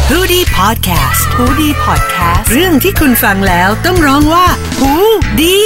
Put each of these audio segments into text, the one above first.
ฮูดี้พอดแคสต์ฮูดี้พอดแคสต์เรื่องที่คุณฟังแล้วต้องร้องว่าฮูดี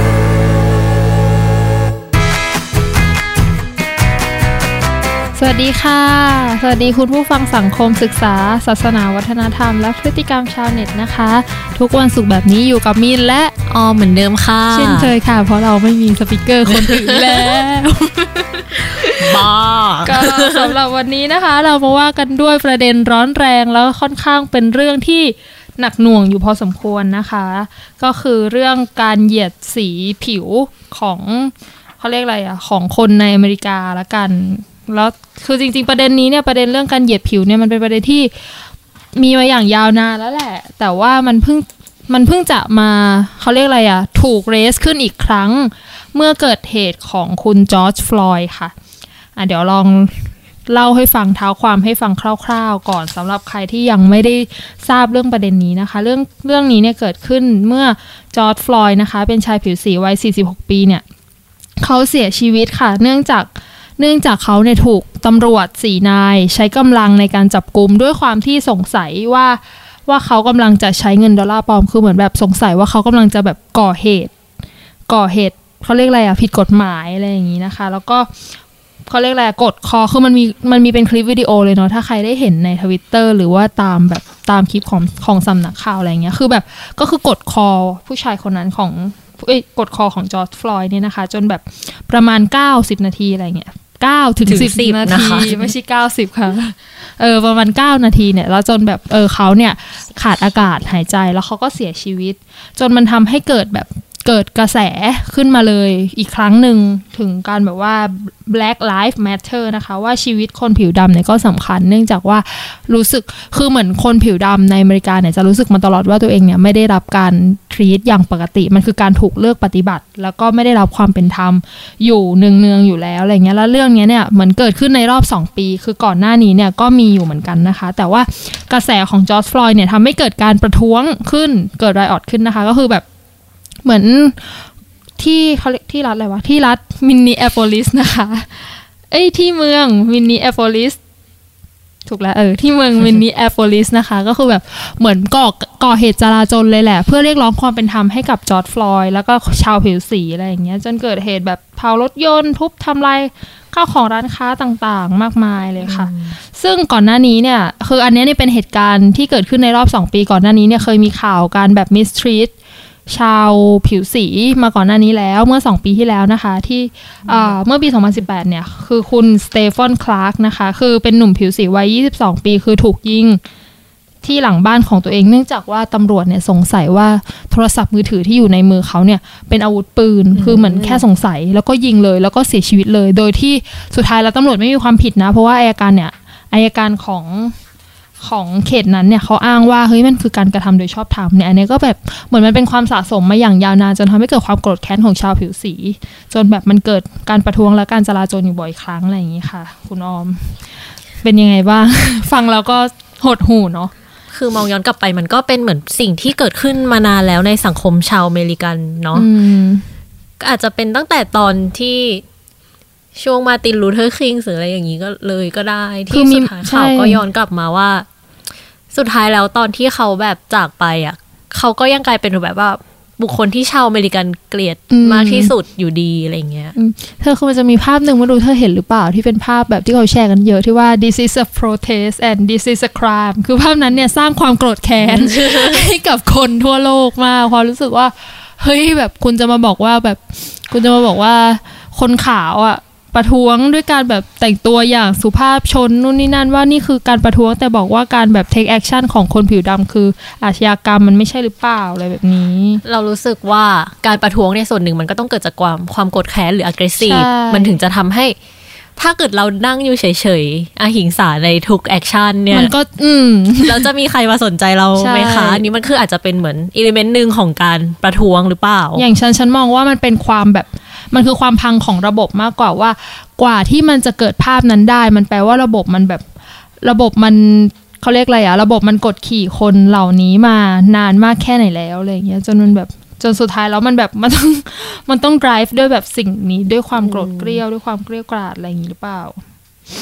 สวัสดีค่ะสวัสดีคุณผู้ฟังสังคมศึกษาศาสนาวัฒนธรรมและพฤติกรรมชาวเน็ตนะคะทุกวันศุกร์แบบนี้อยู่กับมินและออมเหมือนเดิมค่ะเช่นเคยค่ะเพราะเราไม่มีสปีกเกอร์คนอื่นแล้วบ้าก็สำหรับวันนี้นะคะเรามาว่ากันด้วยประเด็นร้อนแรงแล้วค่อนข้างเป็นเรื่องที่หนักหน่วงอยู่พอสมควรนะคะก็คือเรื่องการเหยียดสีผิวของเขาเรียกอะไรของคนในอเมริกาละกันแล้วคือจริงๆประเด็นนี้เนี่ยประเด็นเรื่องการเหยียดผิวเนี่ยมันเป็นประเด็นที่มีมาอย่างยาวนานแล้วแหละแต่ว่ามันเพิ่งจะมาเขาเรียกอะไรถูกเรสขึ้นอีกครั้งเมื่อเกิดเหตุของคุณจอร์จฟลอยด์ค่ะเดี๋ยวลองเล่าให้ฟังเท้าความให้ฟังคร่าวๆก่อนสำหรับใครที่ยังไม่ได้ทราบเรื่องประเด็นนี้นะคะเรื่องนี้เนี่ยเกิดขึ้นเมื่อจอร์จฟลอยด์นะคะเป็นชายผิวสีวัย46ปีเนี่ยเขาเสียชีวิตค่ะเนื่องจากเขาเนี่ยถูกตำรวจ4นายใช้กำลังในการจับกุมด้วยความที่สงสัยว่าเขากำลังจะใช้เงินดอลลาร์ปลอมคือเหมือนแบบสงสัยว่าเขากำลังจะแบบก่อเหตุเขาเรียกอะไรผิดกฎหมายอะไรอย่างนี้นะคะแล้วก็เขาเรียกอะไรกดคอคือมันมีเป็นคลิปวิดีโอเลยเนาะถ้าใครได้เห็นใน Twitter หรือว่าตามคลิปของสำนักข่าวอะไรเงี้ยคือแบบก็คือกดคอผู้ชายคนนั้นกดคอของจอร์จฟลอยด์เนี่ยนะคะจนแบบประมาณ90นาทีอะไรเงี้ย9 ถึง 10 นาทีไม่ใช่90ค่ะประมาณ9นาทีเนี่ยแล้วจนแบบเขาเนี่ยขาดอากาศหายใจแล้วเขาก็เสียชีวิตจนมันทำให้เกิดกระแสขึ้นมาเลยอีกครั้งหนึ่งถึงการแบบว่า Black Lives Matter นะคะว่าชีวิตคนผิวดำเนี่ยก็สำคัญเนื่องจากว่ารู้สึกคือเหมือนคนผิวดำในอเมริกาเนี่ยจะรู้สึกมาตลอดว่าตัวเองเนี่ยไม่ได้รับการทรีตอย่างปกติมันคือการถูกเลือกปฏิบัติแล้วก็ไม่ได้รับความเป็นธรรมอยู่เนืองๆอยู่แล้วอะไรเงี้ยแล้วเรื่องนี้เนี่ยเหมือนเกิดขึ้นในรอบ2ปีคือก่อนหน้านี้เนี่ยก็มีอยู่เหมือนกันนะคะแต่ว่ากระแสของจอร์จฟลอยด์เนี่ยทำให้เกิดการประท้วงขึ้นเกิดไรออตขึ้นนะคะก็คือแบบเหมือนที่เขาที่รัฐอะไรวะที่รัฐมินนีแอโปลิสนะคะที่เมืองมินนีแอโปลิสถูกแล้วที่เมืองมินนีแอโปลิสนะคะก็คือแบบเหมือนก่อเหตุจลาจลเลยแหละเพื่อเรียกร้องความเป็นธรรมให้กับจอร์จฟลอยด์แล้วก็ชาวผิวสีอะไรอย่างเงี้ยจนเกิดเหตุแบบเผารถยนต์ทุบทำลายข้าวของร้านค้าต่างๆมากมายเลยค่ะซึ่งก่อนหน้านี้เนี่ยคืออันนี้เนี่ยเป็นเหตุการณ์ที่เกิดขึ้นในรอบ2ปีก่อนหน้านี้เนี่ยเคยมีข่าวการแบบมิสทรีตชาวผิวสีมาก่อนหน้านี้แล้วเมื่อ2ปีที่แล้วนะคะที่เมื่อปี2018เนี่ยคือคุณสเตฟานคลาร์กนะคะคือเป็นหนุ่มผิวสีวัย22ปีคือถูกยิงที่หลังบ้านของตัวเองเนื่องจากว่าตำรวจเนี่ยสงสัยว่าโทรศัพท์มือถือที่อยู่ในมือเขาเนี่ยเป็นอาวุธปืนคือเหมือนแค่สงสัยแล้วก็ยิงเลยแล้วก็เสียชีวิตเลยโดยที่สุดท้ายแล้วตำรวจไม่มีความผิดนะเพราะว่าอายการของเขตนั้นเนี่ยเขาอ้างว่าเฮ้ยมันคือการกระทำโดยชอบธรรมเนี่ยอันนี้ก็แบบเหมือนมันเป็นความสะสมมาอย่างยาวนานจนทำให้เกิดความโกรธแค้นของชาวผิวสีจนแบบมันเกิดการประท้วงและการจลาจลอยู่บ่อยครั้งอะไรอย่างนี้ค่ะคุณออมเป็นยังไงบ้าง ฟังแล้วก็หดหู่เนาะคือมองย้อนกลับไปมันก็เป็นเหมือนสิ่งที่เกิดขึ้นมานานแล้วในสังคมชาวอเมริกันเนาะอาจจะเป็นตั้งแต่ตอนที่ช่วงมาร์ตินลูเทอร์คิงหรืออะไรอย่างนี้ก็เลยก็ได้ที่สุดท้ายข่าวก็ย้อนกลับมาว่าสุดท้ายแล้วตอนที่เขาแบบจากไปเขาก็ยังกลายเป็นแบบว่าบุคคลที่ชาวอเมริกันเกลียดมากที่สุดอยู่ดีอะไรเงี้ยเธอคือมันจะมีภาพหนึ่งไม่รู้เธอเห็นหรือเปล่าที่เป็นภาพแบบที่เขาแชร์กันเยอะที่ว่า this is a protest and this is a crime คือภาพนั้นเนี่ยสร้างความโกรธแค้น ให้กับคนทั่วโลกมากความรู้สึกว่าเฮ้ยแบบคุณจะมาบอกว่าคนขาวประท้วงด้วยการแบบแต่งตัวอย่างสุภาพชนนู่นนี่นั่นว่านี่คือการประท้วงแต่บอกว่าการแบบ take action ของคนผิวดำคืออาชญากรรมมันไม่ใช่หรือเปล่าอะไรแบบนี้เรารู้สึกว่าการประท้วงในส่วนหนึ่งมันก็ต้องเกิดจากความโกรธแค้นหรือ aggressive มันถึงจะทำให้ถ้าเกิดเรานั่งอยู่เฉยๆอหิงสาในทุกแอคชั่นเนี่ยมันก็แล้วจะมีใครมาสนใจเราไหมคะอันนี้มันคืออาจจะเป็นเหมือนอิเลเมนต์นึงของการประท้วงหรือเปล่าอย่างฉันมองว่ามันเป็นความแบบมันคือความพังของระบบมากกว่าที่มันจะเกิดภาพนั้นได้มันแปลว่าระบบมันเขาเรียกอะไรระบบมันกดขี่คนเหล่านี้มานานมากแค่ไหนแล้วอะไรอย่างเงี้ยจนสุดท้ายแล้วมันแบบมันต้อง drive ด้วยแบบสิ่งนี้ด้วยความโกรธเกรี้ยวด้วยความเกรี้ยวกราดอะไรอย่างงี้หรือเปล่า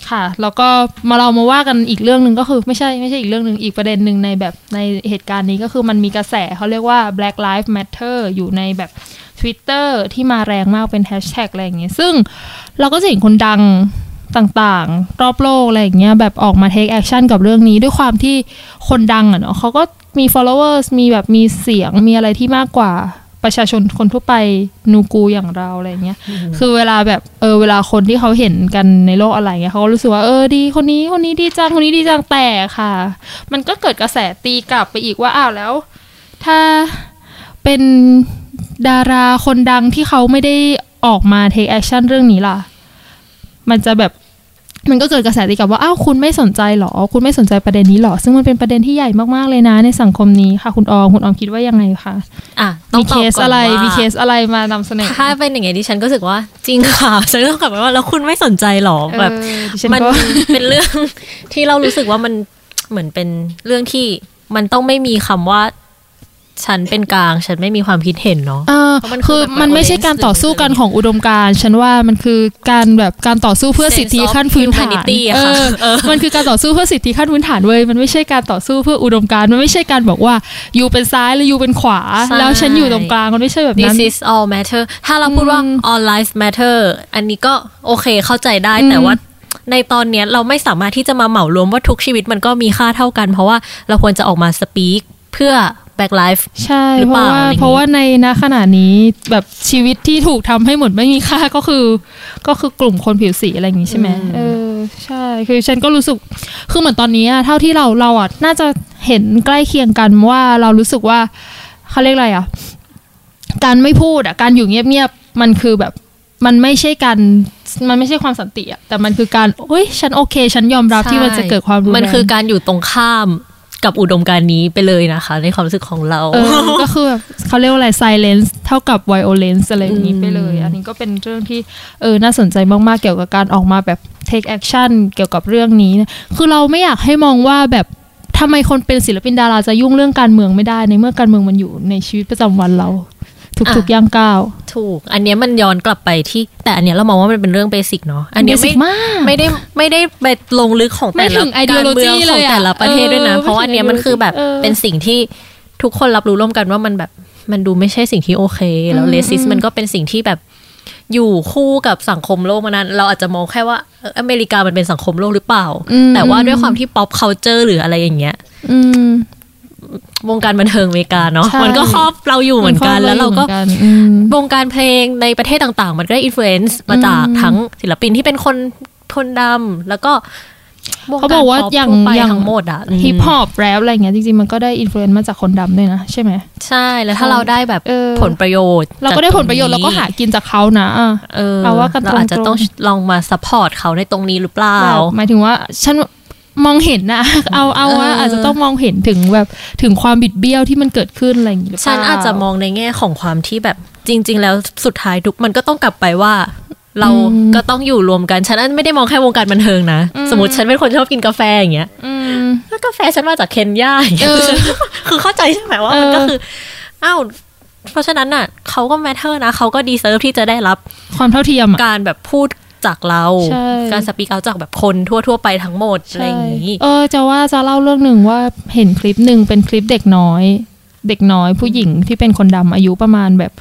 ค่ะแล้วก็เรามาว่ากันอีกเรื่องนึงก็คือไม่ใช่อีกเรื่องนึงอีกประเด็นนึงในแบบในเหตุการณ์นี้ก็คือมันมีกระแสเขาเรียกว่า Black Lives Matter อยู่ในแบบ Twitter ที่มาแรงมากเป็นแฮชแท็กอะไรอย่างเงี้ยซึ่งเราก็จะเห็นคนดังต่างๆรอบโลกอะไรอย่างเงี้ยแบบออกมา take action กับเรื่องนี้ด้วยความที่คนดังอ่ะเนาะเขาก็มี followers มีแบบมีเสียงมีอะไรที่มากกว่าประชาชนคนทั่วไปนูกูอย่างเราอะไรเงี้ยคือเวลาแบบเวลาคนที่เขาเห็นกันในโลกอะไรเงี้ยเขาก็รู้สึกว่าดีคนนี้ดีจังคนนี้ดีจังแต่ค่ะมันก็เกิดกระแสตีกลับไปอีกว่าอ้าวแล้วถ้าเป็นดาราคนดังที่เขาไม่ได้ออกมา take action เรื่องนี้ล่ะมันจะแบบมันก็เกิดกระแสตีกลับว่าอ้าวคุณไม่สนใจหรอคุณไม่สนใจประเด็นนี้หรอซึ่งมันเป็นประเด็นที่ใหญ่มากๆเลยนะในสังคมนี้ค่ะคุณออมคิดว่ายังไงคะต้องตอบก่อนว่ามีเคสอะไรมานำเสนอถ้าเป็นอย่างไงดิฉันก็รู้สึกว่าจริงค่ะฉันก็กลับไปว่าแล้วคุณไม่สนใจหรอแบบมันเป็นเรื่องที่เรารู้สึกว่ามันเหมือนเป็นเรื่องที่มันต้องไม่มีคำว่าฉันเป็นกลางฉันไม่มีความคิดเห็นเนาะคือมันไม่ใช่การต่อสู้กันของอุดมการณ์ฉันว่ามันคือการต่อสู้เพื่อสิทธิขั้นพื้นฐานมันคือการต่อสู้เพื่อสิทธิขั้นพื้นฐานเว้ยมันไม่ใช่การต่อสู้เพื่ออุดมการณ์มันไม่ใช่การบอกว่าอยู่เป็นซ้ายหรืออยู่เป็นขวาแล้วฉันอยู่ตรงกลางมันไม่ใช่แบบนั้น This is all matter ถ้าเราพูดว่า all lives matter อันนี้ก็โอเคเข้าใจได้แต่ว่าในตอนนี้เราไม่สามารถที่จะมาเหมารวมว่าทุกชีวิตมันก็มีค่าเท่ากันเพราะว่าเราควรจะออกมาสปีกเพื่อBack Life ใช่เพราะว่าในขณะนี้แบบชีวิตที่ถูกทำให้หมดไม่มีค่าก็คือกลุ่มคนผิวสีอะไรอย่างงี้ใช่ไหมใช่คือฉันก็รู้สึกคือเหมือนตอนนี้เท่าที่เราอ่ะน่าจะเห็นใกล้เคียงกันว่าเรารู้สึกว่าเขาเรียกอะไรอ่ะการไม่พูดอ่ะการอยู่เงียบๆมันคือแบบมันไม่ใช่ความสันติอ่ะแต่มันคือการฉันโอเคฉันยอมรับที่มันจะเกิดความรุนแรงมันคือการอยู่ตรงข้ามกับอุดมการณ์นี้ไปเลยนะคะในความรู้สึกของเราก็คือแบบเขาเรียกว่าอะไร silence เท่ากับ violence อะไรอย่างนี้ไปเลยอันนี้ก็เป็นเรื่องที่น่าสนใจมากๆเกี่ยวกับการออกมาแบบ take action เกี่ยวกับเรื่องนี้นะคือเราไม่อยากให้มองว่าแบบทำไมคนเป็นศิลปินดาราจะยุ่งเรื่องการเมืองไม่ได้ในเมื่อการเมืองมันอยู่ในชีวิตประจำวันเราทุกย่างก้าวถูกอันนี้มันย้อนกลับไปที่แต่อันนี้เรามองว่ามันเป็นเรื่องเบสิกเนาะอันนี้ไม่ได้ไปลงลึกของแต่ละการเมืองของแต่ละประเทศด้วยนะเพราะว่าอันนี้มันคือแบบเป็นสิ่งที่ทุกคนรับรู้ร่วมกันว่ามันแบบมันดูไม่ใช่สิ่งที่โอเคแล้วเรซิสมันก็เป็นสิ่งที่แบบอยู่คู่กับสังคมโลกมานานเราอาจจะมองแค่ว่าอเมริกามันเป็นสังคมโลกหรือเปล่าแต่ว่าด้วยความที่ pop culture หรืออะไรอย่างเงี้ยวงการบันเทิงอเมริกาเนาะมันก็ครอบเราอยู่เหมือนกันแล้วเราก็วงการเพลงในประเทศต่างๆมันก็ได้อิมโฟเรนซ์มาจากทั้งศิลปินที่เป็นคนดำแล้วก็เขาบอกว่าอย่างทั้งหมดอะฮิปฮอปแรปอะไรเงี้ยจริงๆมันก็ได้อิมโฟเรนซ์มาจากคนดำด้วยนะใช่ไหมใช่แล้วถ้าเราได้แบบผลประโยชน์เราก็ได้ผลประโยชน์เราก็หากินจากเขานะเอาว่าเราอาจจะต้องลองมาซัพพอร์ตเขาในตรงนี้หรือเปล่าหมายถึงว่าฉันมองเห็นนะเอาว่าอาจจะต้องมองเห็นถึงแบบถึงความบิดเบี้ยวที่มันเกิดขึ้นอะไรอย่างนี้หรือเปล่าฉันอาจจะมองในแง่ของความที่แบบจริงๆแล้วสุดท้ายทุกมันก็ต้องกลับไปว่าเราก็ต้องอยู่รวมกันฉันไม่ได้มองแค่วงการบันเทิงนะสมมติฉันเป็นคนชอบกินกาแฟอย่างเงี้ยแล้วกาแฟฉันมาจากเคนยาคือเข้าใจใช่ไหมว่ามันก็คืออ้าวเพราะฉะนั้นน่ะเขาก็แมทเทอร์นะเขาก็ดีเซิร์ฟที่จะได้รับความเท่าเทียมการแบบพูดจากเราการสปีกเอาจากแบบคนทั่วไปทั้งหมดอะไรอย่างนี้จะเล่าเรื่องหนึ่งว่าเห็นคลิปหนึ่งเป็นคลิปเด็กน้อยผู้หญิงที่เป็นคนดำอายุประมาณแบบ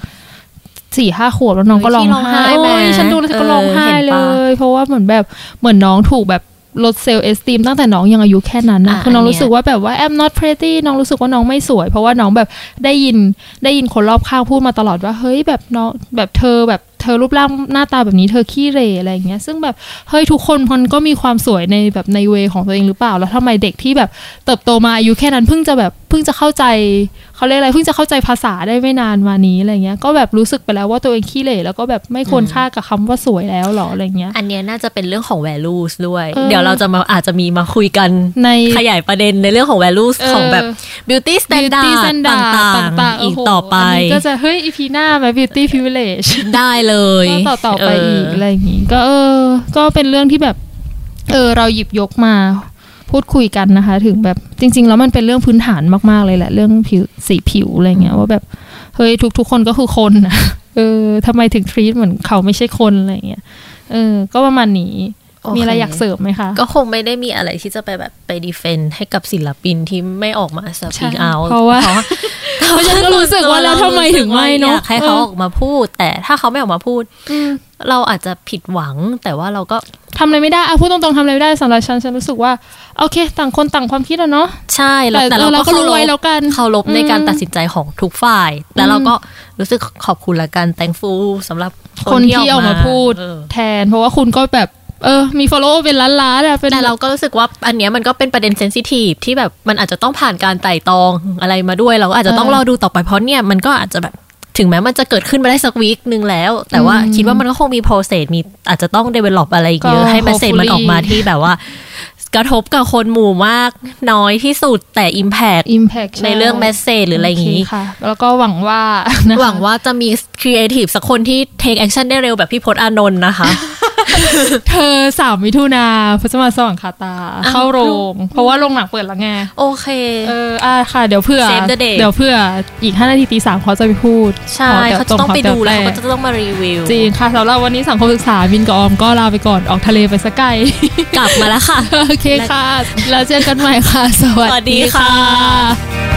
4-5 ขวบแล้วน้องก็ร้องไห้ฉันดูแล้วก็ร้องไห้เลยเพราะว่าเหมือนน้องถูกแบบลดเซลล์เอสติมตั้งแต่น้องยังอายุแค่นั้นนะคือน้องรู้สึกว่าแบบว่า I'm not pretty น้องรู้สึกว่าน้องไม่สวยเพราะว่าน้องแบบได้ยินคนรอบข้างพูดมาตลอดว่าเฮ้ยแบบน้องแบบเธอรูปร่างหน้าตาแบบนี้เธอขี้เหร่อะไรอย่างเงี้ยซึ่งแบบเฮ้ยทุกคนมันก็มีความสวยในแบบในเวของตัวเองหรือเปล่าแล้วทำไมเด็กที่แบบเติบโตมาอายุแค่นั้นเพิ่งจะเข้าใจเขาเรียกอะไรเพิ่งจะเข้าใจภาษาได้ไม่นานมานี้อะไรเงี้ยก็แบบรู้สึกไปแล้วว่าตัวเองขี้เหร่แล้วก็แบบไม่ควรค่ากับคำว่าสวยแล้วหรออะไรเงี้ยอันเนี้ยน่าจะเป็นเรื่องของ values ด้วยเดี๋ยวเราจะอาจจะมีมาคุยกันในขยายประเด็นในเรื่องของ values ของแบบ beauty standard ต่างๆอีกต่อไปก็จะเฮ้ย EP หน้าแบบ beauty privilege ได้เลยต่อไปอีกอะไรอย่างงี้ก็เป็นเรื่องที่แบบเราหยิบยกมาพูดคุยกันนะคะถึงแบบจริงๆแล้วมันเป็นเรื่องพื้นฐานมากๆเลยแหละเรื่องสีผิวอะไรเงี้ยว่าแบบเฮ้ยทุกคนก็คือคนนะทำไมถึงทรีตเหมือนเขาไม่ใช่คนอะไรเงี้ยก็ประมาณนี้มีอะไรอยากเสริมไหมคะก็คงไม่ได้มีอะไรที่จะไปแบบไปดีเฟนต์ให้กับศิลปินที่ไม่ออกมาสปีกเอาเพราะว่าฉันก็รู้สึกว่าแล้วทำไมถึงไม่เนาะอยากให้เขาออกมาพูดแต่ถ้าเขาไม่ออกมาพูดเราอาจจะผิดหวังแต่ว่าเราก็ทำอะไรไม่ได้พูดตรงๆทำอะไรไม่ได้สำหรับฉันรู้สึกว่าโอเคต่างคนต่างความคิดอะเนาะใช่แต่เราก็รู้ไว้แล้วกันเคารพในการตัดสินใจของทุกฝ่ายแล้วเราก็รู้สึกขอบคุณละกัน thankful สำหรับคนที่ออกมาพูดแทนเพราะว่าคุณก็แบบมี follow เป็นล้านๆแต่เราก็รู้สึกว่าอันเนี้ยมันก็เป็นประเด็นเซนซิทีฟที่แบบมันอาจจะต้องผ่านการไต่ตองอะไรมาด้วยเราก็อาจจะต้องรอดูต่อไปเพราะเนี่ยมันก็อาจจะแบบถึงแม้มันจะเกิดขึ้นมาได้สักวีคนึงแล้วแต่ว่าคิดว่ามันก็คงมี process มีอาจจะต้อง develop อะไรเยอะให้เมสเสจมันออกมาที่แบบว่ากระทบกับคนหมู่มากน้อยที่สุดแต่ impact ในเรื่องเมสเสจหรืออะไรอย่างนี้แล้วก็หวังว่าจะมี creative สักคนที่ take action ได้เร็วแบบพี่พจน์อานนท์นะคะเธอ3 มิถุนาพฤษภาคมสว่างคาตาเข้าโรงเพราะว่าโรงหนังเปิดแล้วไงโอเคค่ะเดี๋ยวเพื่ออีก5 นาทีตี 3เขาจะไปพูดใช่เขาจะต้องไปดูแล้วเขาจะต้องมารีวิวจริงค่ะสำหรับวันนี้สังคมศึกษามินกับออมก็ลาไปก่อนออกทะเลไปสักไกลกลับมาแล้วค่ะโอเคค่ะแล้วเจอกันใหม่ค่ะสวัสดีค่ะ